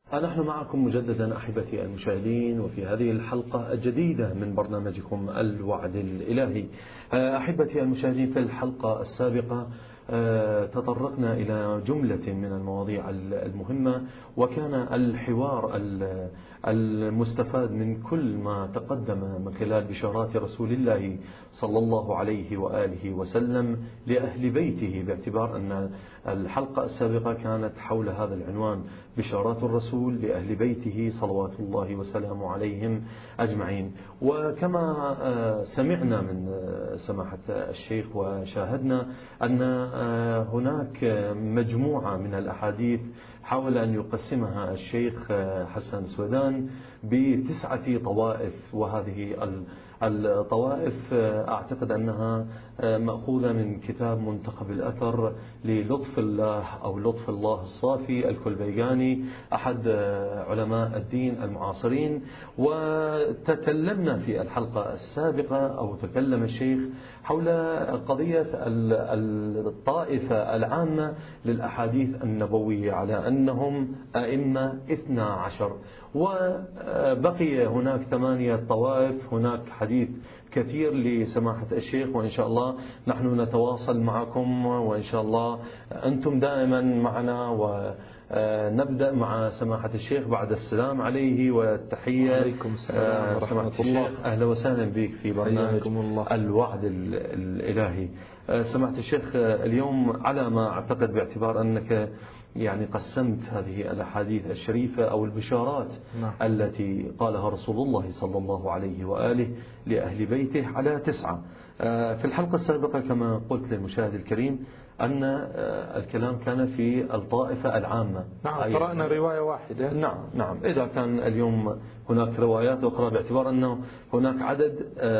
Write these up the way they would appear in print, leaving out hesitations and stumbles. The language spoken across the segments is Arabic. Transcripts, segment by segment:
نحن معكم مجددا أحبتي المشاهدين، وفي هذه الحلقة الجديدة من برنامجكم الوعد الإلهي. أحبتي المشاهدين، في الحلقة السابقة تطرقنا إلى جملة من المواضيع المهمة، وكان الحوار المستفاد من كل ما تقدم من خلال بشارات رسول الله صلى الله عليه وآله وسلم لأهل بيته، باعتبار أن الحلقة السابقة كانت حول هذا العنوان: بشارات الرسول لأهل بيته صلوات الله وسلامه عليهم أجمعين. وكما سمعنا من سماحة الشيخ وشاهدنا أن هناك مجموعة من الأحاديث حاول أن يقسمها الشيخ حسن سويدان ب9 طوائف، وهذه الطوائف أعتقد أنها مأخوذة من كتاب منتخب الأثر للطف الله أو لطف الله الصافي الكلبيجاني، أحد علماء الدين المعاصرين. وتكلمنا في الحلقة السابقة، أو تكلم الشيخ حول قضية الطائفة العامة للأحاديث النبوية على أنهم أئمة 12، وبقي هناك 8 طوائف. هناك حديث كثير لسماحة الشيخ، وإن شاء الله نحن نتواصل معكم، وإن شاء الله أنتم دائما معنا. ونبدأ مع سماحة الشيخ بعد السلام عليه والتحية. عليكم السلام ورحمة الله. أهلا وسهلا بك في برنامج الوعد الإلهي. سماحة الشيخ، اليوم على ما أعتقد، باعتبار أنك يعني قسمت هذه الأحاديث الشريفة أو البشارات التي قالها رسول الله صلى الله عليه وآله لأهل بيته على 9. في الحلقة السابقة كما قلت للمشاهد الكريم أن الكلام كان في الطائفة العامة. نعم، قرأنا رواية واحدة. نعم. إذا كان اليوم هناك روايات أخرى، باعتبار أنه هناك عدد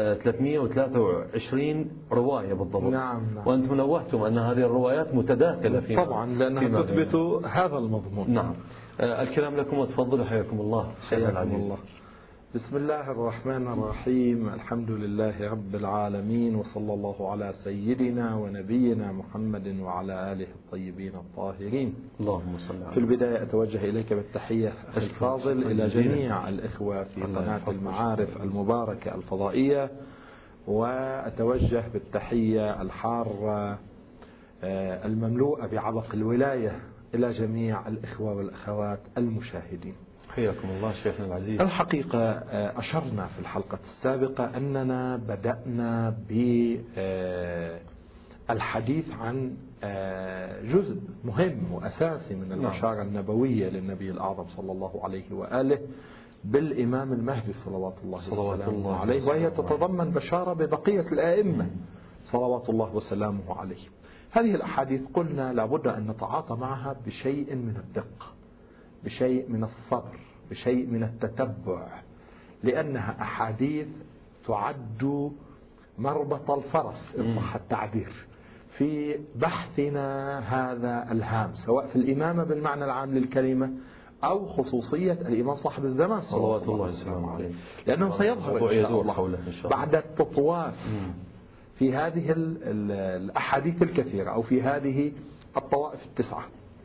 323 رواية بالضبط. نعم. وأنتم نوهتم أن هذه الروايات متداخلة فيما طبعا، لأنها تثبت هذا المضمون. نعم. الكلام لكم، وتفضلوا. حياكم الله شيخنا العزيز. بسم الله الرحمن الرحيم. الحمد لله رب العالمين، وصلى الله على سيدنا ونبينا محمد وعلى آله الطيبين الطاهرين. اللهم صل على. في البداية أتوجه إليك بالتحية الفاضل إلى جميع الإخوة في قناة المعارف المباركة الفضائية، وأتوجه بالتحية الحارة المملوءة بعبق الولاية إلى جميع الإخوة والأخوات المشاهدين. حياكم الله شيخنا العزيز. الحقيقة أشرنا في الحلقة السابقة أننا بدأنا بالحديث عن جزء مهم وأساسي من البشارة النبوية للنبي الأعظم صلى الله عليه وآله بالإمام المهدي صلوات الله وسلامه عليه، وهي تتضمن بشارة ببقية الآئمة صلوات الله وسلامه عليه. هذه الأحاديث قلنا لابد أن نتعاطى معها بشيء من الدقة، بشيء من الصبر، بشيء من التتبع، لأنها أحاديث تعد مربط الفرس إن صح التعبير في بحثنا هذا الهام، سواء في الإمامة بالمعنى العام للكلمة أو خصوصية الإمام صاحب الزمان صلوات الله وسلامه عليه، لأنه سيظهر إن شاء الله بعد التطواف في هذه الأحاديث الكثيرة أو في هذه الطوائف 9.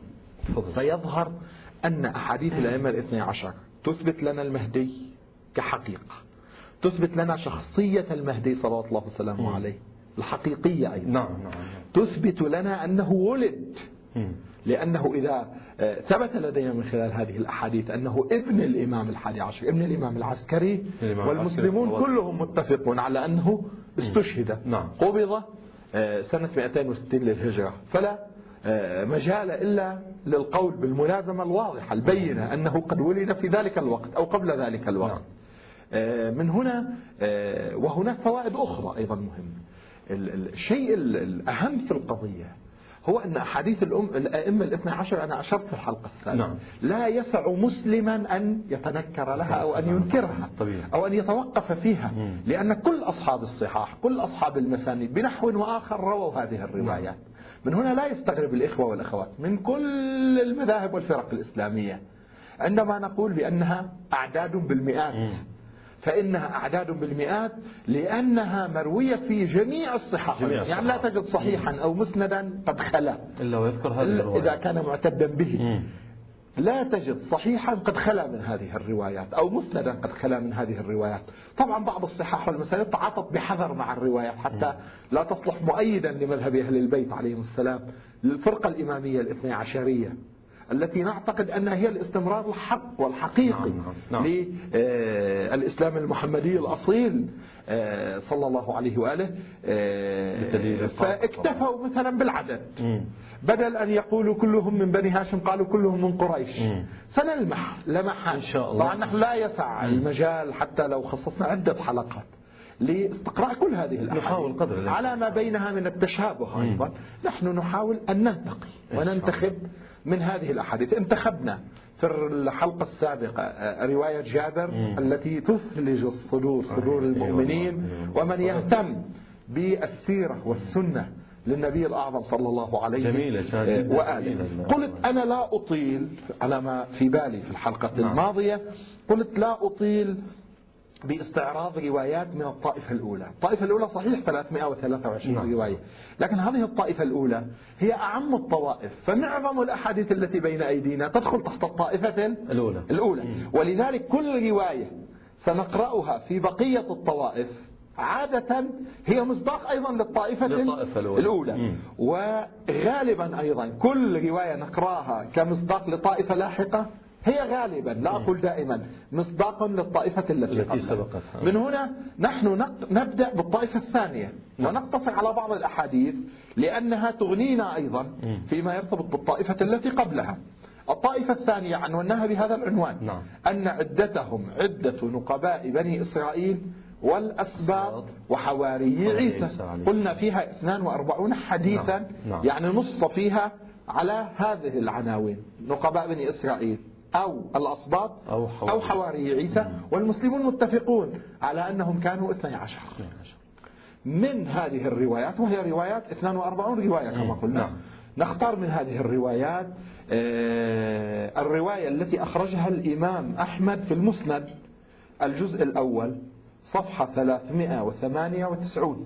سيظهر أن أحاديث الأئمة 12 تثبت لنا المهدي كحقيقة، تثبت لنا شخصية المهدي صلوات الله وسلامه عليه الحقيقية أيضا. نعم. تثبت لنا أنه ولد، لأنه إذا ثبت لدينا من خلال هذه الأحاديث أنه ابن الإمام 11، ابن الإمام العسكري، والمسلمون كلهم متفقون على أنه استشهد، قبض سنة 260 للهجرة، فلا مجال إلا للقول بالملازمة الواضحة البينة أنه قد ولد في ذلك الوقت أو قبل ذلك الوقت. من هنا وهناك فوائد أخرى أيضا مهمة. الشيء الأهم في القضية هو أن أحاديث الأئمة 12 أنا أشرت في الحلقة السابقة لا يسع مسلما أن يتنكر لها أو أن ينكرها أو أن يتوقف فيها، لأن كل أصحاب الصحاح، كل أصحاب المسانيد بنحو وآخر رووا هذه الروايات. من هنا لا يستغرب الإخوة والأخوات من كل المذاهب والفرق الإسلامية عندما نقول بأنها أعداد بالمئات، فإنها أعداد بالمئات لأنها مروية في جميع الصحاح، يعني لا تجد صحيحا أو مسندا قد خلا إلا ويذكر هذه الرواية إذا كان معتدا به. لا تجد صحيحا قد خلا من هذه الروايات أو مسندا قد خلا من هذه الروايات. طبعا بعض الصحاح والمسانيد تعاطت بحذر مع الروايات حتى لا تصلح مؤيدا لمذهب أهل البيت عليهم السلام، للفرقة الإمامية الاثني عشرية التي نعتقد أنها هي الاستمرار الحق والحقيقي للإسلام المحمدي الأصيل صلى الله عليه وآله. فاكتفوا مثلا بالعدد، بدل أن يقولوا كلهم من بني هاشم قالوا كلهم من قريش. سنلمح لمحا إن شاء الله. طبعا نحن لا يسع المجال حتى لو خصصنا عدة حلقات لاستقراء كل هذه الأحاديث على ما بينها من التشابه. أيضا نحن نحاول أن ننتقي وننتخب من هذه الأحاديث. انتخبنا في الحلقة السابقة رواية جابر التي تثلج الصدور، صدور المؤمنين ومن يهتم بالسيرة والسنة للنبي الأعظم صلى الله عليه وآله. قلت أنا لا أطيل على ما في بالي في الحلقة الماضية، قلت لا أطيل باستعراض روايات من الطائفة الأولى. الطائفة الأولى صحيح 323 رواية، لكن هذه الطائفة الأولى هي أعم الطوائف، فمعظم الأحاديث التي بين أيدينا تدخل تحت الطائفة الأولى. ولذلك كل رواية سنقرأها في بقية الطوائف عادة هي مصداق أيضا للطائفة الأولى. وغالبا أيضا كل رواية نقرأها كمصداق لطائفة لاحقة هي غالبا، لا أقول دائما، مصداق للطائفة التي سبقتها. من هنا نحن نبدأ بالطائفة الثانية ونقتصر على بعض الأحاديث لأنها تغنينا أيضا فيما يرتبط بالطائفة التي قبلها. الطائفة الثانية عنوناها بهذا العنوان، أن عدتهم عدة نقباء بني إسرائيل والأسباط وحواري عيسى. قلنا فيها 42 حديثا، يعني نص فيها على هذه العناوين: نقباء بني إسرائيل أو الأسباط أو حواري عيسى. والمسلمون متفقون على أنهم كانوا 12 من هذه الروايات، وهي روايات 42 رواية كما قلنا. نختار من هذه الروايات الرواية التي أخرجها الإمام أحمد في المسند الجزء الأول صفحة 398،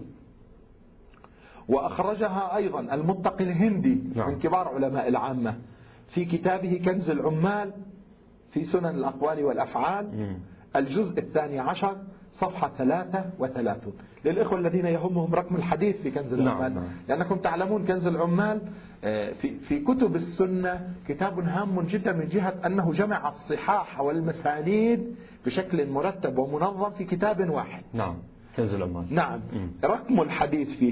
وأخرجها أيضا المتقي الهندي من كبار علماء العامة في كتابه كنز العمال في سنن الأقوال والأفعال الجزء 12 صفحة 33. للإخوة الذين يهمهم رقم الحديث في كنز العمال، لأنكم تعلمون كنز العمال في كتب السنة كتاب هام جدا من جهة أنه جمع الصحاح والمسانيد بشكل مرتب ومنظم في كتاب واحد. كنز العمال. رقم الحديث فيه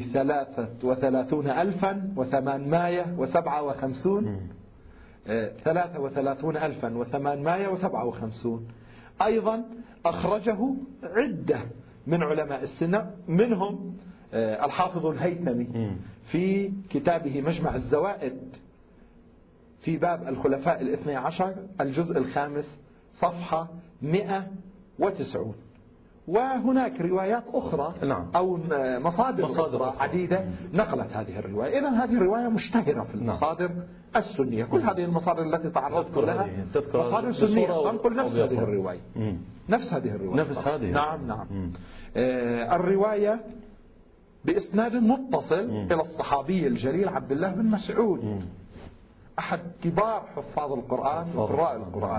33,857 33,857. أيضا أخرجه عدة من علماء السنة، منهم الحافظ الهيثمي في كتابه مجمع الزوائد في باب الخلفاء الاثني عشر الجزء الخامس صفحة 190. وهناك روايات أخرى أو مصادر أخرى عديدة نقلت هذه الرواية. إذن هذه الرواية مشتهرة في المصادر السنية. كل هذه المصادر التي تعرضت لها مصادر سنية تنقل نفس هذه الرواية. نفس هذه الرواية. نعم. الرواية بإسناد متصل إلى الصحابي الجليل عبد الله بن مسعود، أحد كبار حفاظ القرآن وقراء القرآن.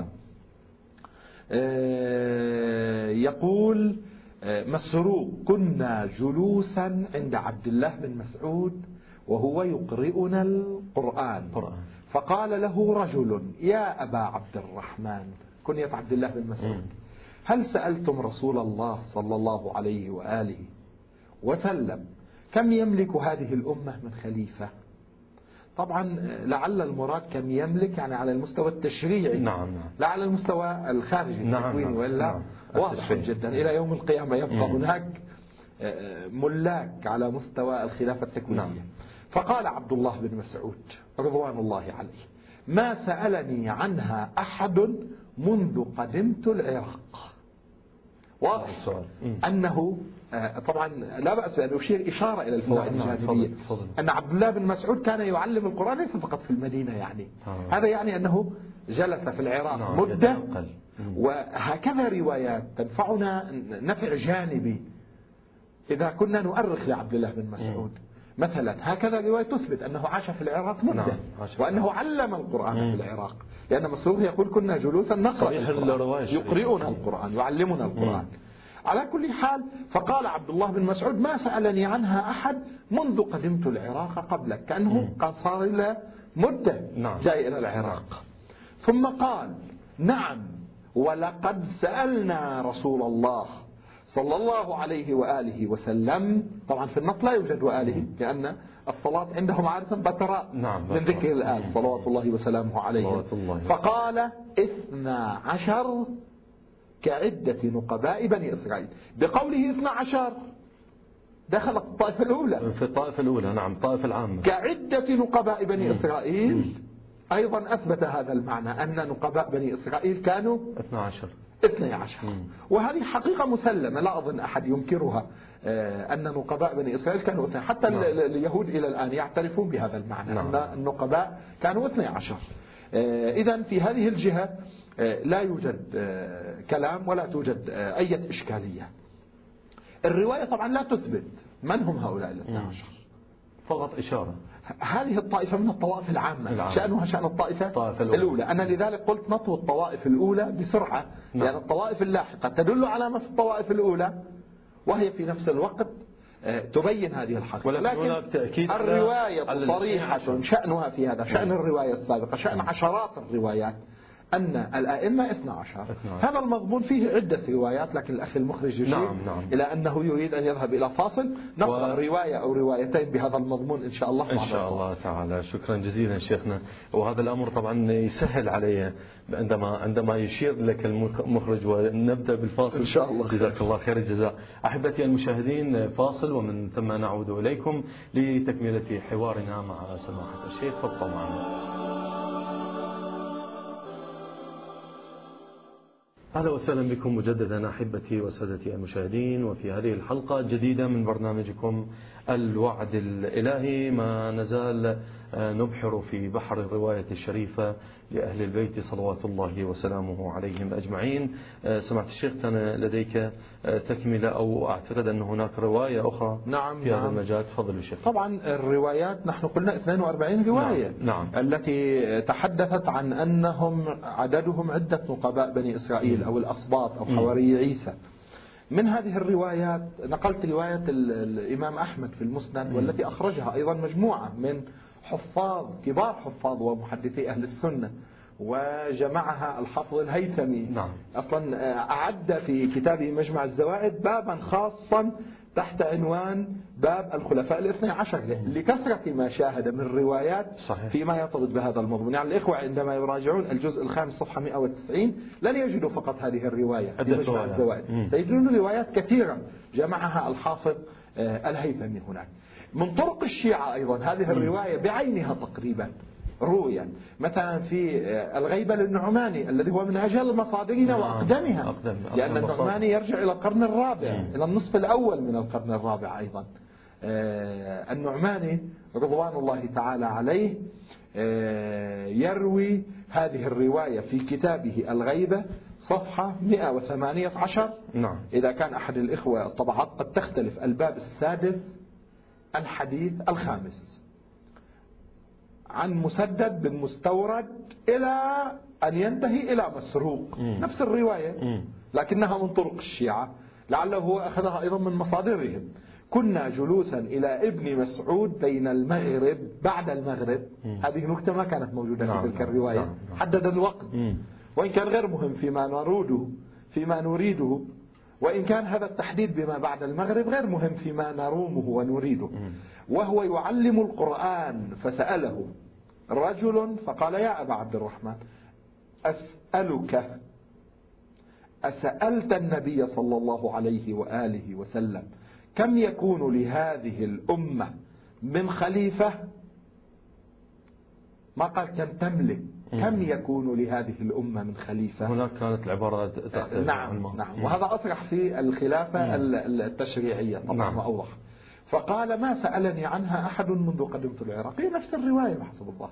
يقول مسروق: كنا جلوسا عند عبد الله بن مسعود وهو يقرئنا القرآن، فقال له رجل: يا أبا عبد الرحمن، كنية عبد الله بن مسعود، هل سألتم رسول الله صلى الله عليه وآله وسلم كم يملك هذه الأمة من خليفة؟ طبعا لعل المراد كم يملك يعني على المستوى التشريعي، لا على المستوى الخارجي التكويني، ولا واضح جدا إلى يوم القيامة يبقى هناك ملاك على مستوى الخلافة التكوينية. فقال عبد الله بن مسعود رضوان الله عليه: ما سألني عنها أحد منذ قدمت العراق. واضح السؤال أنه طبعا لا بأس بأن أشير إشارة إلى الفوائد الجانبية، أن عبد الله بن مسعود كان يعلم القرآن ليس فقط في المدينة، يعني هذا يعني أنه جلس في العراق مدة. وهكذا روايات تنفعنا نفع جانبي إذا كنا نؤرخ لعبد الله بن مسعود. مثلا هكذا رواية تثبت أنه عاش في العراق مدة، نعم. وأنه علم القرآن في العراق، لأن مسروق يقول كنا جلوسا نقرأ القرآن، يقرئنا القرآن، يعلمنا القرآن. على كل حال، فقال عبد الله بن مسعود ما سألني عنها أحد منذ قدمت العراق قبلك، كأنه قد صار إلى مدة جاي إلى العراق. ثم قال نعم ولقد سألنا رسول الله صلى الله عليه وآله وسلم. طبعا في النص لا يوجد وآله، لأن الصلاة عندهم عادة بتراء من ذكر الآل صلوات الله وسلامه عليه. فقال 12 كعدة نقباء بني إسرائيل. بقوله 12 دخلت الطائفة الأولى، في الطائفة الأولى، نعم، الطائفة العامة. كعدة نقباء بني إسرائيل أيضا أثبت هذا المعنى، أن نقباء بني إسرائيل كانوا 12. وهذه حقيقة مسلمة لا أظن أحد ينكرها، أن نقباء بني إسرائيل كانوا 12. حتى اليهود إلى الآن يعترفون بهذا المعنى، أن النقباء كانوا 12. إذن في هذه الجهة لا يوجد كلام ولا توجد أي إشكالية. الرواية طبعا لا تثبت من هم هؤلاء 12، فقط إشارة. هذه الطائفة من الطوائف العامة، شأنها شأن الطائفة الأولى. أنا لذلك قلت نطوي الطوائف الأولى بسرعة، لأن الطوائف اللاحقة تدل على ما في الطوائف الأولى، وهي في نفس الوقت تبين هذه الحقيقة. لكن الرواية صريحة شأنها في هذا شأن الرواية السابقة، شأن عشرات الروايات، أن الأئمة 12. هذا المضمون فيه عدة روايات، لكن الأخ المخرج يشير إلى أنه يريد أن يذهب إلى فاصل، نقرأ رواية أو روايتين بهذا المضمون إن شاء الله. إن شاء الله تعالى. شكرا جزيلا شيخنا. وهذا الأمر طبعا يسهل علي عندما يشير لك المخرج ونبدأ بالفاصل إن شاء الله. جزاك الله خير الجزاء. أحبتي المشاهدين، فاصل ومن ثم نعود إليكم لتكملة حوارنا مع سماحة الشيخ. فابقوا معنا. أهلا وسهلا بكم مجددا أحبتي وسادتي المشاهدين، وفي هذه الحلقة الجديدة من برنامجكم الوعد الإلهي. ما نزال نبحر في بحر الرواية الشريفة لأهل البيت صلوات الله وسلامه عليهم أجمعين. سمعت الشيخ كان لديك تكملة، أو أعتقد أن هناك رواية أخرى في هذا المجال. تفضل الشيخ. طبعا الروايات نحن قلنا 42 رواية. نعم. التي تحدثت عن أنهم عددهم عدة نقباء بني إسرائيل أو الأسباط أو حواري عيسى. من هذه الروايات نقلت رواية الإمام أحمد في المسند، والتي أخرجها أيضا مجموعة من حفاظ كبار حفاظ ومحدثي أهل السنة، وجمعها الحافظ الهيثمي. أصلا أعد في كتابه مجمع الزوائد بابا خاصا تحت عنوان باب الخلفاء الاثني عشر، لكثرة ما شاهد من روايات فيما يرتبط بهذا الموضوع. يعني الإخوة عندما يراجعون الجزء الخامس صفحة 190 لن يجدوا فقط هذه الرواية في مجمع الزوائد، سيجدون روايات كثيرة جمعها الحافظ الهيثمي هناك. من طرق الشيعة أيضا هذه الرواية بعينها تقريبا رويا، مثلا في الغيبة للنعماني الذي هو من أجل مصادرنا وأقدمها، لأن النعماني يرجع إلى القرن الرابع، إلى النصف الأول من القرن الرابع أيضا. النعماني رضوان الله تعالى عليه يروي هذه الرواية في كتابه الغيبة صفحة 118. إذا كان أحد الإخوة الطبعات قد تختلف، الباب السادس الحديث الخامس، عن مسدد بن مستورد إلى أن ينتهي إلى مسروق. نفس الرواية لكنها من طرق الشيعة، لعله هو أخذها أيضا من مصادرهم. كنا جلوسا إلى ابن مسعود بين المغرب بعد المغرب. هذه نكتة ما كانت موجودة في تلك الرواية. حدد الوقت، وإن كان غير مهم فيما نريده، وإن كان هذا التحديد بما بعد المغرب غير مهم فيما نرومه ونريده. وهو يعلم القرآن، فسأله رجل فقال يا أبا عبد الرحمن أسألك، أسألت النبي صلى الله عليه وآله وسلم كم يكون لهذه الأمة من خليفة؟ ما قال كم تملك، كم يكون لهذه الأمة من خليفة. هناك كانت العبارة نعم. وهذا أصرح في الخلافة التشريعية طبعا وأوضح. فقال ما سألني عنها أحد منذ قدمت العراق. هي نفس الرواية بحسب الله،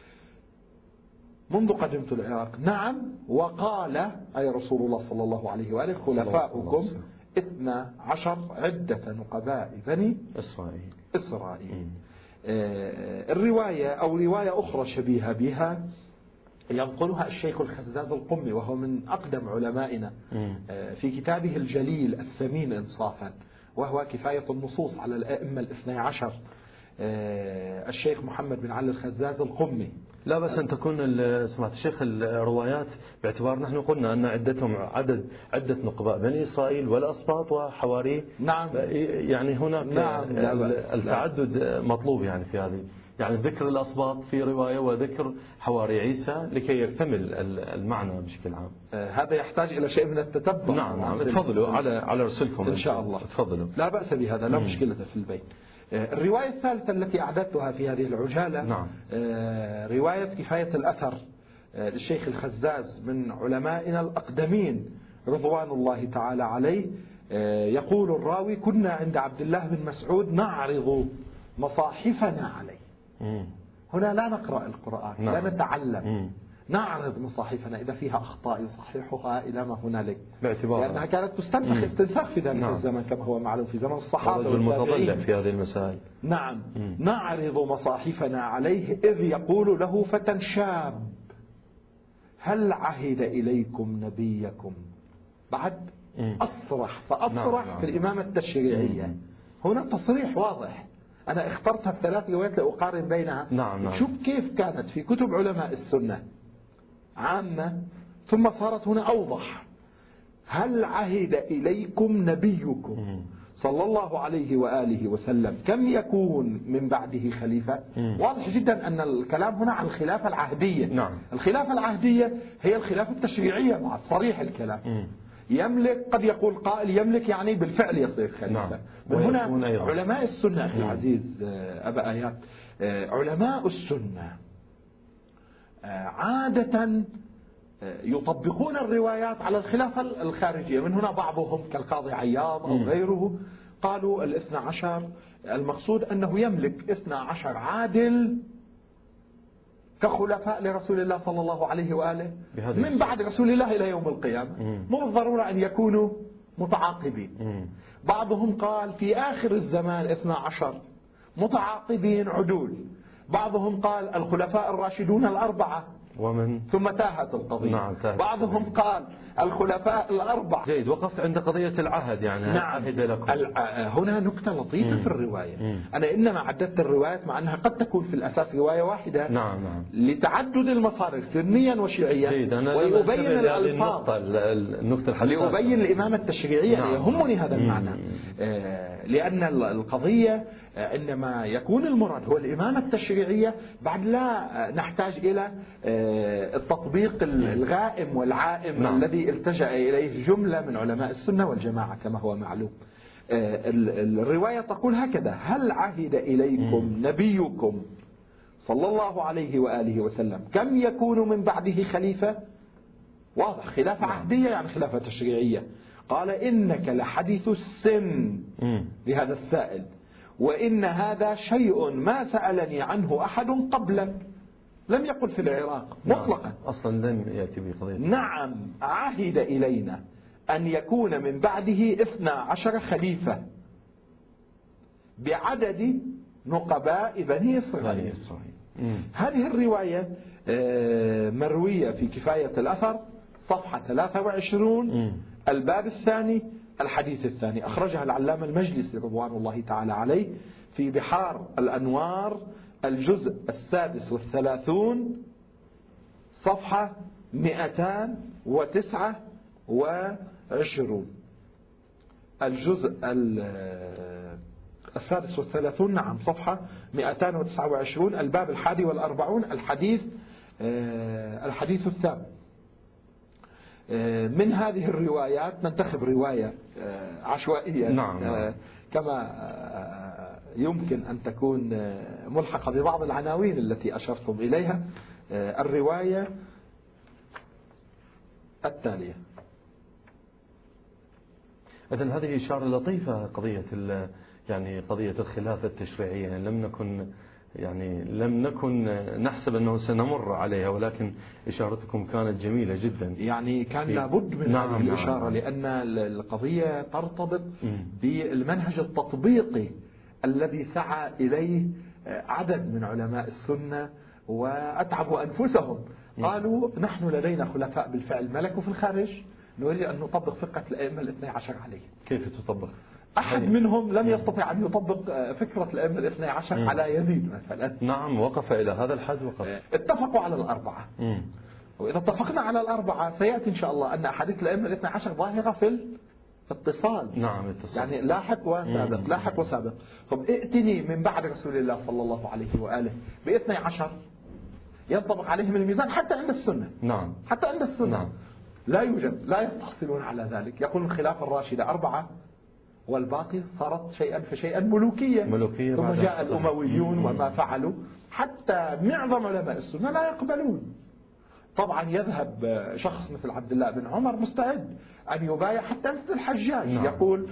منذ قدمت العراق. نعم. وقال أي رسول الله صلى الله عليه وآله خلفاؤكم 12 عدة نقباء بني إسرائيل. الرواية أو رواية أخرى شبيهة بها ينقلها الشيخ الخزاز القمي، وهو من أقدم علمائنا، في كتابه الجليل الثمين إنصافا، وهو كفاية النصوص على الأئمة 12، الشيخ محمد بن علي الخزاز القمي. لا بس أن تكون سمعت الشيخ الروايات، باعتبار نحن قلنا أن عدتهم عدة نقباء بني إسرائيل والأسباط وحواري. نعم. يعني هناك التعدد مطلوب يعني في هذه، يعني ذكر الأسباط في رواية وذكر حواري عيسى لكي يكتمل المعنى بشكل عام. هذا يحتاج إلى شيء من التتبع. نعم. تفضلوا على رسلكم إن شاء الله. تفضلوا. لا بأس بهذا، لا مشكلة في البين. الرواية الثالثة التي أعددتها في هذه العجالة، نعم. رواية كفاية الأثر للشيخ الخزاز من علمائنا الأقدمين رضوان الله تعالى عليه. يقول الراوي: كنا عند عبد الله بن مسعود نعرض مصاحفنا عليه. هنا لا نقرأ القرآن، نعم. لا نتعلم، نعرض مصاحفنا إذا فيها أخطاء يصححها إلى ما هنالك، باعتبار لأنها كانت تستنسخ استنساخ في ذلك الزمن كما هو معلوم في زمن الصحابة والتابعين في هذه المسائل. نعم. نعرض مصاحفنا عليه إذ يقول له فتى شاب: هل عهد إليكم نبيكم؟ بعد أصرح فأصرح في الإمامة التشريعية. هنا تصريح واضح. أنا اخترتها في 3 روايات لأقارن بينها. نعم. شوف كيف كانت في كتب علماء السنة عامة، ثم صارت هنا أوضح. هل عهد إليكم نبيكم صلى الله عليه وآله وسلم كم يكون من بعده خليفة؟ واضح جدا أن الكلام هنا عن الخلافة العهدية. نعم. الخلافة العهدية هي الخلافة التشريعية، بعد صريح الكلام. يملك، قد يقول قائل يملك يعني بالفعل يصير خليفة. نعم. من هنا علماء السنة أخي العزيز أبا آيات، علماء السنة عادة يطبقون الروايات على الخلافة الخارجية. من هنا بعضهم كالقاضي عياض أو غيره قالوا 12 المقصود أنه يملك 12 عادل كخلفاء لرسول الله صلى الله عليه وآله من بعد رسول الله إلى يوم القيامة، مو بالضرورة أن يكونوا متعاقبين. بعضهم قال في آخر الزمان 12 متعاقبين عدول. بعضهم قال الخلفاء الراشدون الأربعة ثم تاهت القضية. نعم. بعضهم قال الخلفاء الأربعة. جيد. وقفت عند قضية العهد، يعني نعم. عهد لكم. هنا نكتة لطيفة في الرواية. أنا إنما عددت الروايات مع أنها قد تكون في الأساس رواية واحدة. نعم. لتعدد المصادر سنيا وشيعيا. جيد. أنا ويبين الألفاظ، النقطة الحساسة، ليبين الإمامة التشريعية. نعم. يهمني هذا المعنى، لأن القضية عندما يكون المراد هو الإمامة التشريعية بعد لا نحتاج إلى التطبيق الغائم والعائم الذي التجأ إليه جملة من علماء السنة والجماعة كما هو معلوم. الرواية تقول هكذا: هل عهد إليكم نبيكم صلى الله عليه وآله وسلم كم يكون من بعده خليفة؟ واضح، خلافة عهدية يعني خلافة تشريعية. قال: إنك لحديث السن لهذا السائل، وإن هذا شيء ما سألني عنه أحد قبلك. لم يقل في العراق مطلقا. أصلا لم يأتي بقضية. نعم. عهد إلينا أن يكون من بعده 12 خليفة بعدد نقباء بني إسرائيل. هذه الرواية مروية في كفاية الأثر صفحة 23 الباب الثاني الحديث الثاني. أخرجها العلامة المجلسي رضوان الله تعالى عليه في بحار الأنوار الجزء 36 صفحة 229. الجزء 36 نعم صفحة 229 الباب 41 الحديث الثاني. من هذه الروايات ننتخب رواية عشوائية. نعم. كما يمكن أن تكون ملحقة ببعض العناوين التي أشرتم إليها. الرواية التالية. إذن هذه إشارة لطيفة قضية يعني قضية الخلافة التشريعية. يعني لم نكن يعني لم نكن نحسب أنه سنمر عليها، ولكن إشارتكم كانت جميلة جدا. يعني كان لابد من هذه الإشارة لأن القضية ترتبط بالمنهج التطبيقي الذي سعى إليه عدد من علماء السنة وأتعبوا أنفسهم. قالوا نحن لدينا خلفاء بالفعل ملكوا في الخارج، نريد أن نطبق فقه الأئمة الاثني عشر عليه. كيف تطبق؟ أحد منهم لم يستطع أن يطبق فكرة الأئمة الاثني عشر على يزيد مثلا. نعم، وقف إلى هذا الحد. وقف. اتفقوا على الأربعة. وإذا اتفقنا على الأربعة سيأتي إن شاء الله أن أحاديث الأئمة الاثني عشر ظاهرة في الاتصال. نعم، اتصال. يعني لاحق وسابق لاحق وسابق. طب ائتني من بعد رسول الله صلى الله عليه وآله باثني عشر ينطبق عليهم الميزان حتى عند السنة. نعم. حتى عند السنة. نعم. لا يوجد، لا يستحصلون على ذلك. يقول الخلافة الراشدة 4 والباقي صارت شيئا فشيئا ملوكية. ثم جاء الأمويون وما فعلوا حتى معظم علماء السنة لا يقبلون. طبعا يذهب شخص مثل عبد الله بن عمر مستعد أن يبايع حتى مثل الحجاج. نعم. يقول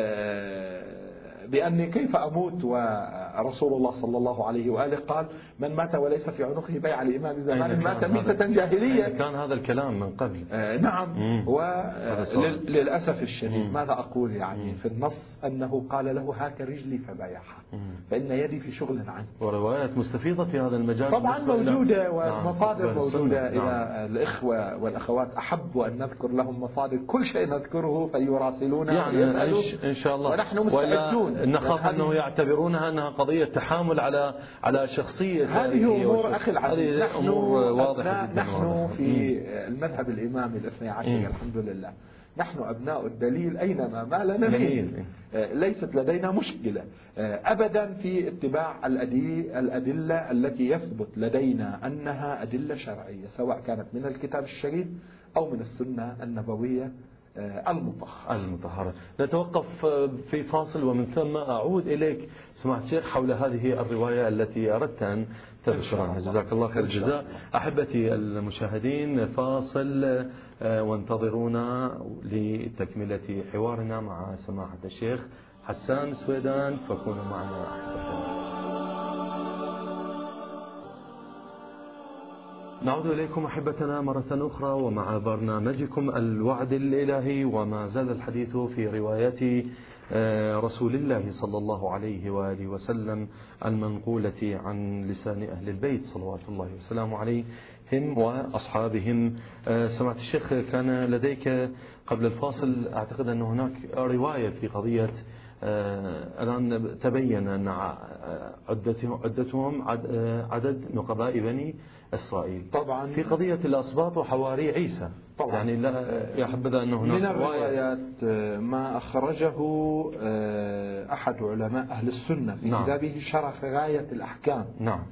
بأني كيف أموت ورسول الله صلى الله عليه وآله قال من مات وليس في عنقه بيع لإمام زمان مات ميتة جاهلية. كان هذا الكلام من قبل. نعم. وللأسف الشديد ماذا أقول يعني في النص أنه قال له هاك رجلي فبايعها فإن يدي في شغل عنه. وروايات مستفيضة في هذا المجال طبعا موجودة ومصادر موجودة. إلى الإخوة والأخوات أحب أن نذكر لهم مصادر كل شيء نذكره فيراسلونا يعني إن شاء الله. ونحن مستعدون. نخاف أنه يعتبرونها أنها قضية تحامل على شخصية. هذه أمور أخي العزيز. هذه أمور واضحة جدا. نحن في المذهب الإمامي الاثني عشر الحمد لله نحن أبناء الدليل أينما ما لنا نميل. ليست لدينا مشكلة أبدا في اتباع الأدلة التي يثبت لدينا أنها أدلة شرعية سواء كانت من الكتاب الشريف أو من السنة النبوية المطهرة. نتوقف في فاصل ومن ثم أعود إليك سماحة الشيخ حول هذه الرواية التي أردت أن تذكرها. جزاك الله خير الجزاء. أحبتي المشاهدين، فاصل وانتظرونا لتكملة حوارنا مع سماحة الشيخ حسان سويدان، فكونوا معنا أحبتنا. نعود إليكم أحبتنا مرة أخرى ومع برنامجكم الوعد الإلهي، وما زال الحديث في رواية رسول الله صلى الله عليه وآله وسلم المنقولة عن لسان أهل البيت صلوات الله وسلامه عليهم وأصحابهم. سمعت الشيخ كان لديك قبل الفاصل أعتقد أن هناك رواية في قضية الآن تبين أن عدتهم عدد نقباء بني إسرائيل طبعا في قضية الأسباط وحواري عيسى. طبعا يعني لا يحبذ أنه هناك من الروايات ما أخرجه أحد علماء أهل السنة في كتابه شرح غاية الأحكام. نعم.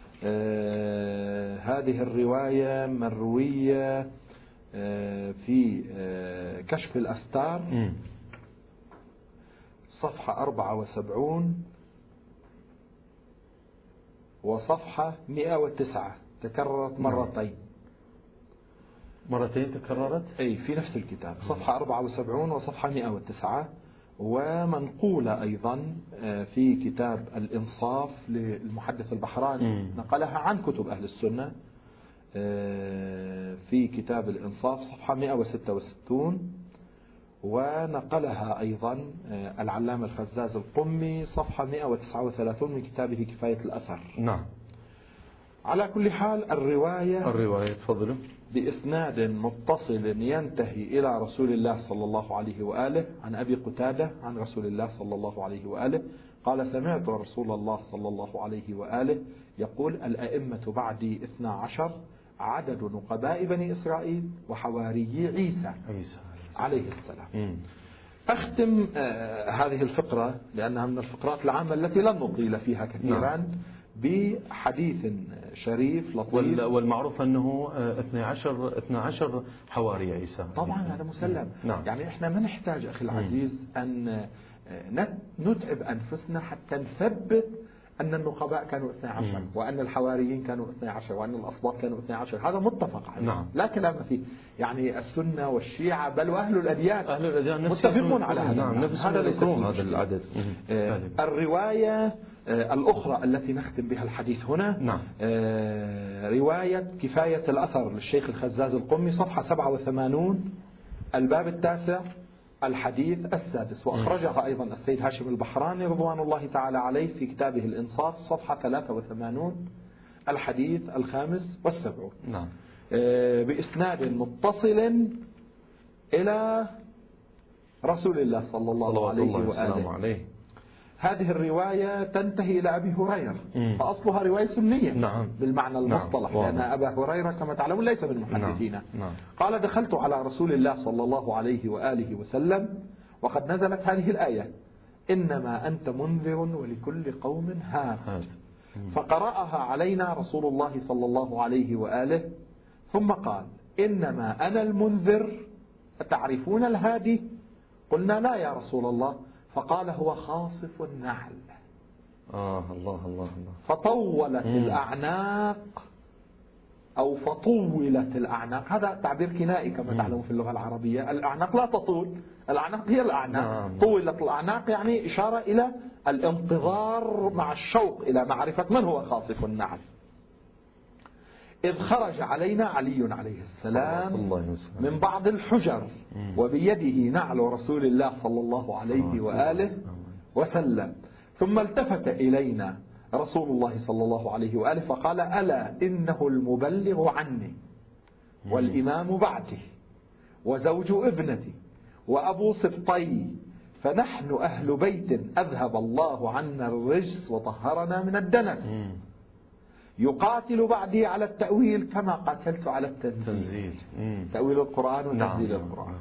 هذه الرواية مروية في كشف الأستار صفحة 74 وصفحة 109 تكررت مرتين تكررت أي في نفس الكتاب صفحة 74 وصفحة 109 ومنقولة أيضا في كتاب الإنصاف للمحدث البحراني نقلها عن كتب أهل السنة في كتاب الإنصاف صفحة 166 ونقلها أيضا العلامة الخزاز القمي صفحة 139 من كتابه كفاية الأثر. نعم. على كل حال الرواية تفضلوا بإسناد متصل ينتهي إلى رسول الله صلى الله عليه وآله عن أبي قتادة عن رسول الله صلى الله عليه وآله قال سمعت رسول الله صلى الله عليه وآله يقول الأئمة بعدي 12 عدد نقباء بني إسرائيل وحواري عيسى عليه السلام. أختم هذه الفقرة لأنها من الفقرات العامة التي لن نطيل فيها كثيرا بحديث شريف لطيف. والمعروف أنه 12 حواري عيسى. طبعا هذا مسلم. يعني إحنا ما نحتاج أخي العزيز أن نتعب أنفسنا حتى نثبت أن النقباء كانوا 12 وأن الحواريين كانوا 12 وأن الأسباط كانوا 12. هذا متفق عليه. نعم. لا كلام فيه. يعني السنة والشيعة بل وأهل الأديان متفقون على هذا. نعم. هذا ليس هذا العدد. الرواية الأخرى التي نختم بها الحديث هنا، نعم. رواية كفاية الأثر للشيخ الخزاز القمي، صفحة 87، الباب 9، الحديث 6، وأخرجها أيضا السيد هاشم البحراني رضوان الله تعالى عليه في كتابه الإنصاف، صفحة 83، الحديث 75. نعم. بإسناد متصل إلى رسول الله صلى الله عليه وآله. هذه الرواية تنتهي إلى أبي هريرة، فأصلها رواية سنية. نعم. بالمعنى المصطلح. نعم. لأن أبا هريرة كما تعلمون ليس من المحدثين. نعم. قال: دخلت على رسول الله صلى الله عليه وآله وسلم وقد نزلت هذه الآية: إنما أنت منذر ولكل قوم هاد. فقرأها علينا رسول الله صلى الله عليه وآله، ثم قال: إنما أنا المنذر، أتعرفون الهادي؟ قلنا: لا يا رسول الله. فقال: هو خاصف النعل. الله. فطولت الأعناق أو فطولت الأعناق، هذا تعبير كنائي كما تعلمون في اللغة العربية. الأعناق لا تطول، الأعناق هي الأعناق. طولت الأعناق يعني إشارة إلى الانتظار مع الشوق إلى معرفة من هو خاصف النعل. إذ خرج علينا علي عليه السلام من بعض الحجر وبيده نعل رسول الله صلى الله عليه وآله وسلم، ثم التفت إلينا رسول الله صلى الله عليه وآله فقال: ألا إنه المبلغ عني والإمام بعدي وزوج ابنتي وأبو سبطي، فنحن أهل بيت أذهب الله عنا الرجس وطهرنا من الدنس، يقاتل بعدي على التأويل كما قاتلت على التنزيل. تأويل القرآن وتنزيل القرآن.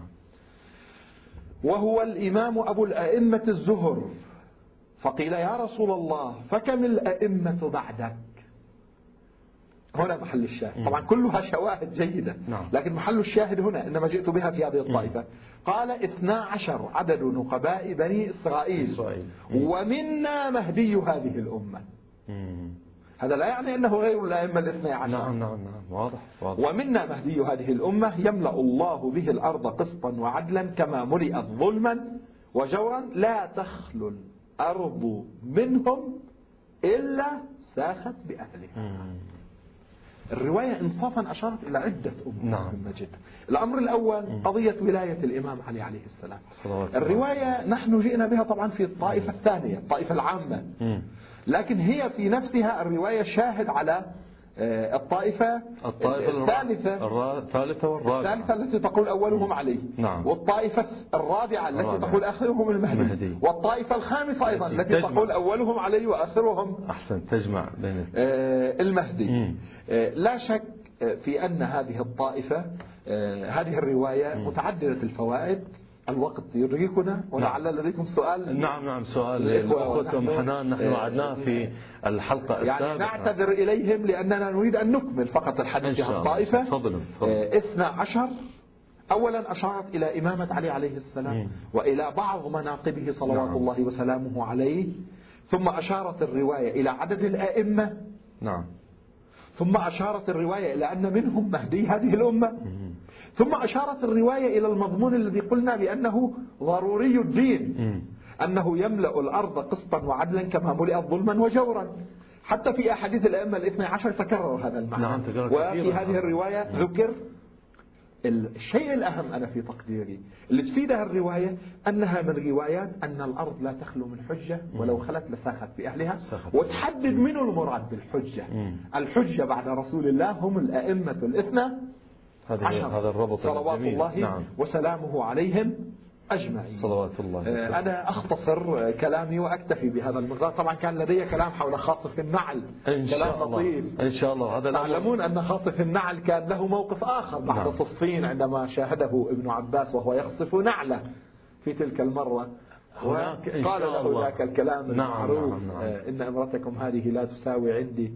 وهو الإمام أبو الأئمة الزهر. فقيل: يا رسول الله فكم الأئمة بعدك؟ هنا محل الشاهد. طبعا كلها شواهد جيدة، لكن محل الشاهد هنا إنما جئت بها في هذه الطائفة. قال: 12 عدد نقباء بني إسرائيل ومنا مهدي هذه الأمة. هذا لا يعني أنه غير الأئمة الاثني عشر. نعم واضح. ومنا مهدي هذه الأمة يملأ الله به الأرض قسطا وعدلا كما ملئت ظلما وجورا، لا تخلو الأرض منهم إلا ساخت بأهلها. الرواية إنصافا أشارت إلى عدة أمور مهمة جدا. الأمر الأول قضية ولاية الإمام علي عليه السلام. الرواية نحن جئنا بها طبعا في الطائفة الثانية، الطائفة العامة، لكن هي في نفسها الرواية شاهد على الطائفة الثالثة والرابعة، الثالثة التي تقول أولهم علي، والطائفة الرابعة التي تقول آخرهم المهدي، والطائفة الخامسة أيضا التي تقول أولهم علي وآخرهم أحسن تجمع بين المهدي. لا شك في أن هذه الطائفة، هذه الرواية متعددة الفوائد. الوقت يدركنا ولعل لديكم سؤال. نعم سؤال الأخوة أم حنان نحن وعدناه في الحلقة السابقة، يعني نعتذر إليهم لأننا نريد أن نكمل فقط الحديث عن الطائفة. 12 أولا أشارت إلى إمامة علي عليه السلام وإلى بعض مناقبه صلوات الله وسلامه عليه، ثم أشارت الرواية إلى عدد الأئمة، ثم أشارت الرواية إلى أن منهم مهدي هذه الأمة، ثم أشارت الرواية إلى المضمون الذي قلنا بأنه ضروري الدين، أنه يملأ الأرض قسطا وعدلا كما ملئت ظلما وجورا. حتى في أحاديث الأئمة الاثني عشر تكرر هذا المعنى. وفي هذه الرواية ذكر الشيء الأهم أنا في تقديري اللي تفيدها الرواية أنها من روايات أن الأرض لا تخلو من حجة ولو خلت لساخت بأهلها، وتحدد من المراد بالحجة. الحجة بعد رسول الله هم الأئمة الاثنى عشر، هذا الربط صلوات الله وسلامه عليهم أجمعين. صلوات الله. أنا أختصر كلامي وأكتفي بهذا المقدار. طبعا كان لدي كلام حول خاصف النعل، كلام لطيف إن شاء الله. هذا تعلمون أن خاصف النعل كان له موقف آخر بعد صفين عندما شاهده ابن عباس وهو يخصف نعله في تلك المرة، قال له ذاك الكلام المعروف: إن امرتكم هذه لا تساوي عندي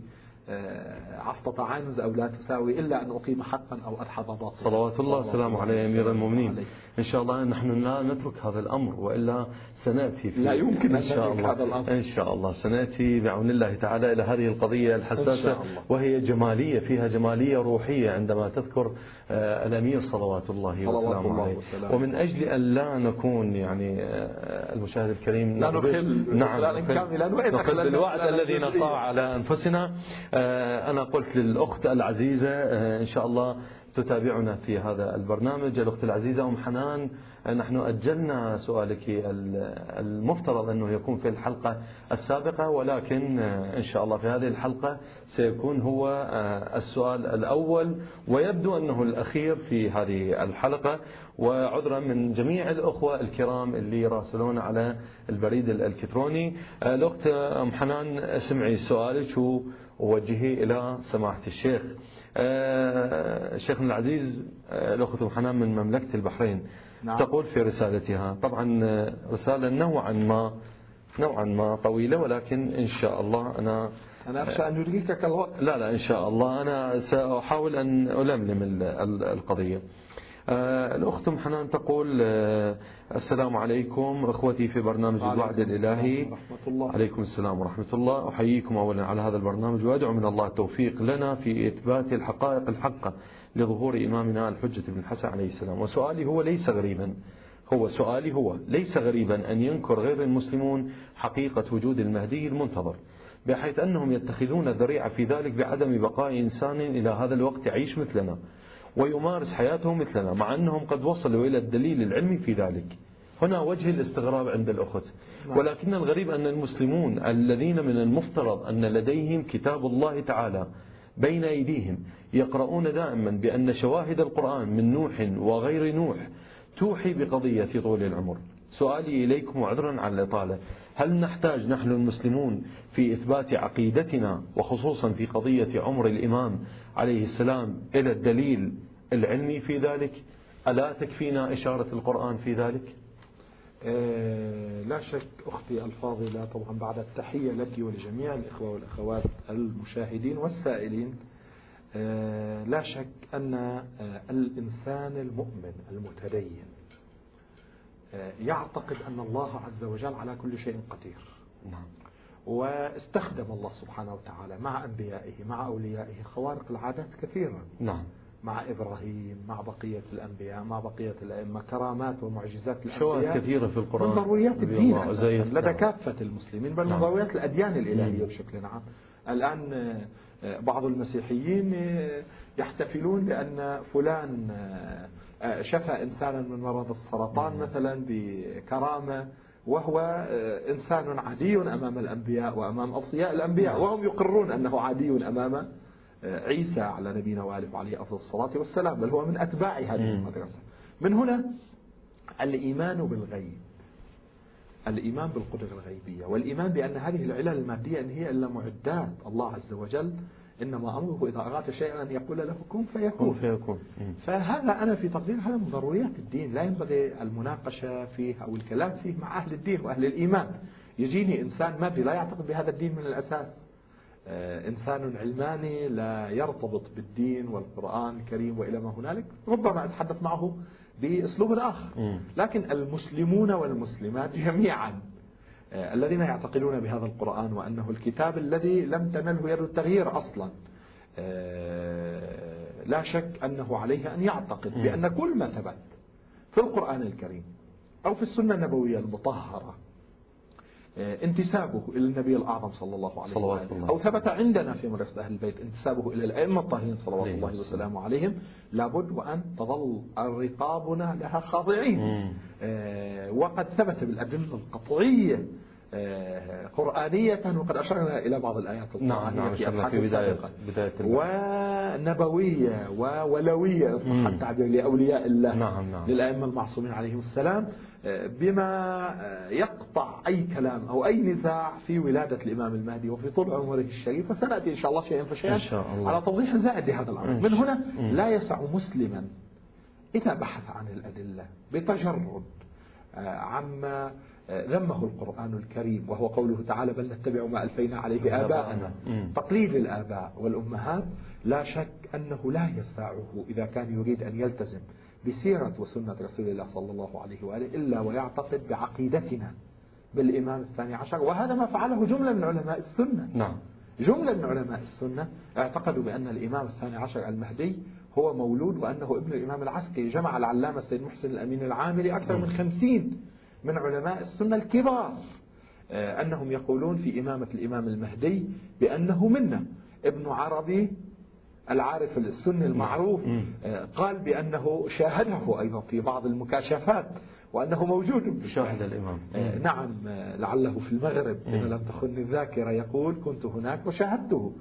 عفطة عنز أو لا تساوي إلا أن أقيم حقا أو أدحض باطلا. صلوات الله وسلامه عليه أمير المؤمنين. إن شاء الله نحن لا نترك هذا الأمر، وإلا سنأتي لا يمكن إن شاء الله هذا الأمر. إن شاء الله سنأتي بعون الله تعالى إلى هذه القضية الحساسة، وهي جمالية، فيها جمالية روحية عندما تذكر الأمير صلوات الله وسلامه عليه. ومن أجل أن لا نكون يعني المشاهد الكريم لا نخل نخل بالوعد الذي نقع على أنفسنا، أنا قلت للأخت العزيزة إن شاء الله تتابعنا في هذا البرنامج، الأخت العزيزة أم حنان، نحن أجلنا سؤالك المفترض أنه يكون في الحلقة السابقة، ولكن إن شاء الله في هذه الحلقة سيكون هو السؤال الأول، ويبدو أنه الأخير في هذه الحلقة، وعذرا من جميع الأخوة الكرام اللي يراسلون على البريد الإلكتروني. الأخت أم حنان اسمعي سؤالك ووجهي إلى سماحة الشيخ. شيخنا العزيز، الأخت أم حنان من مملكة البحرين. نعم. تقول في رسالتها، طبعا رسالة نوعا ما طويلة، ولكن إن شاء الله أنا أخشى أن يدركك الوقت. لا إن شاء الله أنا سأحاول أن ألملم القضية. الأخت أم حنان تقول السلام عليكم أخوتي في برنامج الوعد الإلهي. عليكم السلام ورحمة الله. أحييكم أولا على هذا البرنامج، وأدعو من الله التوفيق لنا في إثبات الحقائق الحقة لظهور إمامنا الحجة بن الحسن عليه السلام. وسؤالي هو ليس غريبا أن ينكر غير المسلمون حقيقة وجود المهدي المنتظر، بحيث أنهم يتخذون ذريعة في ذلك بعدم بقاء إنسان إلى هذا الوقت يعيش مثلنا ويمارس حياته مثلنا، مع أنهم قد وصلوا إلى الدليل العلمي في ذلك. هنا وجه الاستغراب عند الأخت. ولكن الغريب أن المسلمون الذين من المفترض أن لديهم كتاب الله تعالى بين أيديهم يقرؤون دائما بأن شواهد القرآن من نوح وغير نوح توحي بقضية طول العمر. سؤالي إليكم وعذرا على الإطالة، هل نحتاج نحن المسلمون في إثبات عقيدتنا وخصوصا في قضية عمر الإمام عليه السلام إلى الدليل العلمي في ذلك؟ ألا تكفينا إشارة القرآن في ذلك؟ لا شك أختي الفاضلة، طبعا بعد التحية لك ولجميع الإخوة والأخوات المشاهدين والسائلين، لا شك أن الإنسان المؤمن المتدين يعتقد أن الله عز وجل على كل شيء قدير. نعم. واستخدم الله سبحانه وتعالى مع أنبيائه مع أوليائه خوارق العادات كثيرا. نعم. مع إبراهيم، مع بقية الأنبياء، مع بقية الأئمة، كرامات ومعجزات الأنبياء، شواهد كثيرة في القرآن من ضروريات الدين لدى كافة المسلمين، بل من ضروريات الأديان الإلهية بشكل عام. الآن بعض المسيحيين يحتفلون بأن فلان شفى إنسانا من مرض السرطان مثلا بكرامة، وهو إنسان عادي أمام الأنبياء وأمام أوصياء الأنبياء، وهم يقرون أنه عادي أمام عيسى على نبينا وآله عليه أفضل الصلاة والسلام، بل هو من أتباع هذه المدرسة. من هنا الإيمان بالغيب، الإيمان بالقدرة الغيبية، والإيمان بأن هذه العلل المادية إن هي إلا معدات الله عز وجل، إنما أمره إذا أراد شيئا أن يقول له كن فيكون. فهذا أنا في تقدير هذا من ضروريات الدين، لا ينبغي المناقشة فيه أو الكلام فيه مع أهل الدين وأهل الإيمان. يجيني إنسان مادي لا يعتقد بهذا الدين من الأساس، إنسان علماني لا يرتبط بالدين والقرآن الكريم وإلى ما هنالك، ربما أتحدث معه بأسلوب آخر. لكن المسلمون والمسلمات جميعا الذين يعتقدون بهذا القرآن وأنه الكتاب الذي لم تنله يد التغيير أصلا، لا شك أنه عليه أن يعتقد بأن كل ما ثبت في القرآن الكريم أو في السنة النبوية المطهرة انتسابه إلى النبي الأعظم صلى الله عليه وسلم، أو ثبت عندنا في مدرسة أهل البيت انتسابه إلى الأئمة الطاهرين صلوات الله وسلامه عليهم، لابد وأن تظل رقابنا لها خاضعين. وقد ثبت بالأدلة القطعية قرآنية، وقد أشرنا إلى بعض الآيات القرآنية في أبحاث سابقة، ونبوية وولوية صح التعبير لأولياء الله للأئمة المعصومين عليهم السلام، بما يقطع أي كلام أو أي نزاع في ولادة الإمام المهدي وفي طول عمره الشريف. وسنأتي إن شاء الله شيئا فشيئا على توضيح زائد لهذا الأمر. من هنا لا يسع مسلما إذا بحث عن الأدلة بتجرد عما ذمه القرآن الكريم، وهو قوله تعالى بل نتبع ما ألفينا عليه آباءنا، تقليد الآباء والأمهات، لا شك أنه لا يسعه إذا كان يريد أن يلتزم بسيرة وسنة رسول الله صلى الله عليه وآله إلا ويعتقد بعقيدتنا بالإمام الثاني عشر. وهذا ما فعله جملة من علماء السنة. نعم. جملة من علماء السنة اعتقدوا بأن الإمام الثاني عشر المهدي هو مولود وأنه ابن الإمام العسكري. جمع العلامة السيد محسن الأمين العاملي أكثر من 50 من علماء السنة الكبار أنهم يقولون في إمامة الإمام المهدي بأنه منا. ابن عربي العارف السني المعروف قال بأنه شاهده أيضا في بعض المكاشفات وأنه موجود. شاهد الإمام. نعم، لعله في المغرب إن لم تخن الذاكرة، يقول كنت هناك وشاهدته،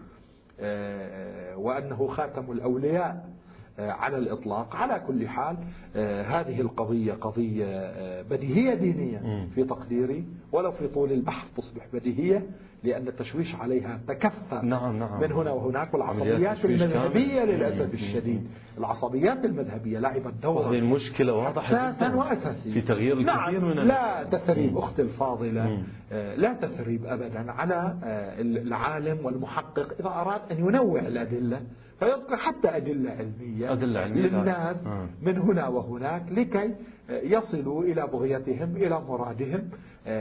وأنه خاتم الأولياء على الإطلاق. على كل حال هذه القضية قضية بديهية دينية في تقديري، ولو في طول البحث تصبح بديهية، لأن التشويش عليها تكثر من هنا وهناك. والعصبيات المذهبية للأسف الشديد، العصبيات المذهبية لعبت دورا. هذه المشكلة واضحة أساسا وأساسية في تغيير الكثير من لا تثريب أختي الفاضلة، لا تثريب أبدا على العالم والمحقق إذا أراد أن ينوع الأدلة فيذكر حتى أدلة علمية للناس من هنا وهناك لكي يصلوا إلى بغيتهم إلى مرادهم.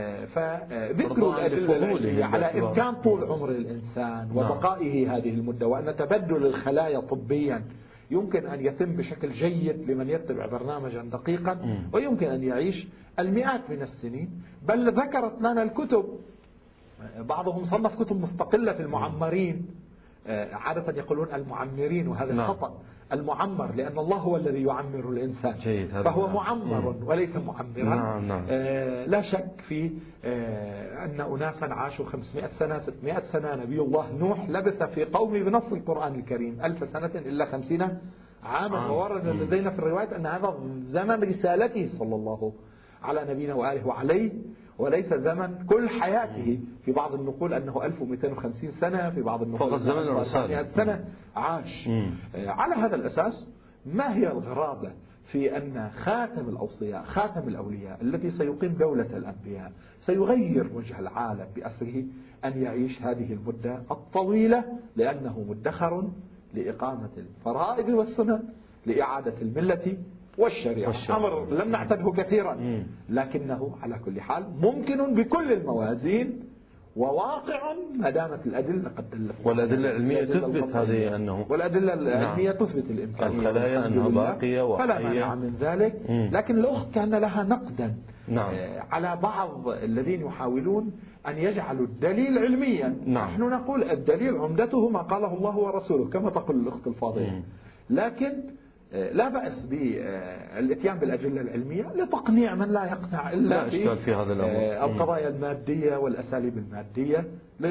فذكر الأدلة العلمية على إمكان طول عمر الإنسان وبقائه هذه المدة، وأن تبدل الخلايا طبيا يمكن أن يتم بشكل جيد لمن يتبع برنامجا دقيقا، ويمكن أن يعيش المئات من السنين. بل ذكرت لنا الكتب، بعضهم صنف كتب مستقلة في المعمرين، عادة يقولون المعمرين وهذا خطأ. المعمر لأن الله هو الذي يعمر الإنسان، فهو معمر وليس معمرا. لا شك في أن أناسا عاشوا 500 سنة 600 سنة. نبي الله نوح لبث في قومه بنص القرآن الكريم 1000 سنة إلا 50 عاما، وورد لدينا في الرواية أن هذا زمن رسالته صلى الله على نبينا وآله وعليه، وليس زمن كل حياته. في بعض النقول أنه 1250 سنة، في بعض النقول فقط زمن الرسالة سنة عاش. على هذا الأساس ما هي الغرابة في أن خاتم الأوصياء خاتم الأولياء الذي سيقيم دولة الأنبياء سيغير وجه العالم بأسره أن يعيش هذه المدة الطويلة، لأنه مدخر لإقامة الفرائض والسنن، لإعادة الملة والشريعة. أمر لم نعتده كثيرا، لكنه على كل حال ممكن بكل الموازين وواقع ما دامت الأدلة قد دلت. والأدلة العلمية تثبت هذه أنه، والأدلة العلمية تثبت الإمكانية، الخلايا أنها باقية وحية، فلا مانع من ذلك. لكن الأخت كان لها نقدا على بعض الذين يحاولون أن يجعلوا الدليل علميا. نحن نقول الدليل عمدته ما قاله الله ورسوله كما تقول الأخت الفاضلة، لكن لا بأس بالاتيان بالأدلة العلمية لتقنيع من لا يقنع إلا في هذا الأمر. القضايا المادية والأساليب المادية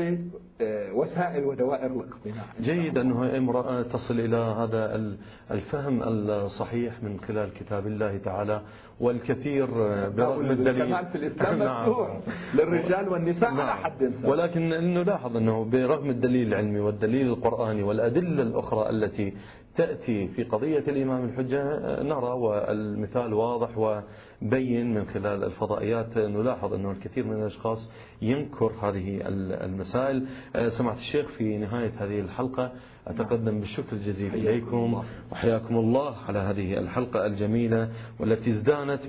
لوسائل ودوائر الاقتناع. جيد أنه امرأة تصل إلى هذا الفهم الصحيح من خلال كتاب الله تعالى، والكثير برغم الدليل الكمال في الإسلام مفتوح للرجال والنساء على حد سواء. ولكن نلاحظ أنه برغم الدليل العلمي والدليل القرآني والأدلة الأخرى التي تأتي في قضية الإمام الحجة، نرى والمثال واضح وبين من خلال الفضائيات، نلاحظ أنه الكثير من الأشخاص ينكر هذه المسائل. سمعت الشيخ في نهاية هذه الحلقة أتقدم بالشكر الجزيل إليكم وحياكم الله على هذه الحلقة الجميلة والتي ازدانت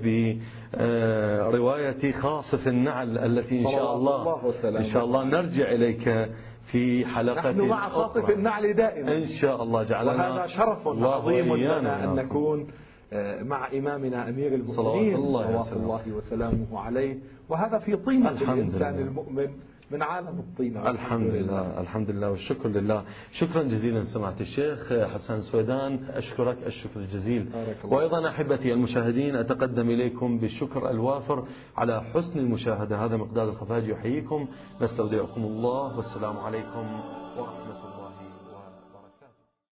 برواية خاصف النعل التي إن شاء الله نرجع إليك في حلقة. نحن مع خاصف النعل دائما إن شاء الله، جعلنا وهذا شرف عظيم لنا أن نكون مع إمامنا أمير المؤمنين صلوات الله وسلامه عليه، وهذا في طينة الإنسان المؤمن من عالم الطينة. الحمد لله والشكر لله. شكرا جزيلا سماحة الشيخ حسن سويدان، أشكرك الشكر الجزيل. وأيضا أحبتي المشاهدين أتقدم إليكم بالشكر الوافر على حسن المشاهدة. هذا مقداد الخفاجي يحييكم، نستودعكم الله والسلام عليكم ورحمة الله.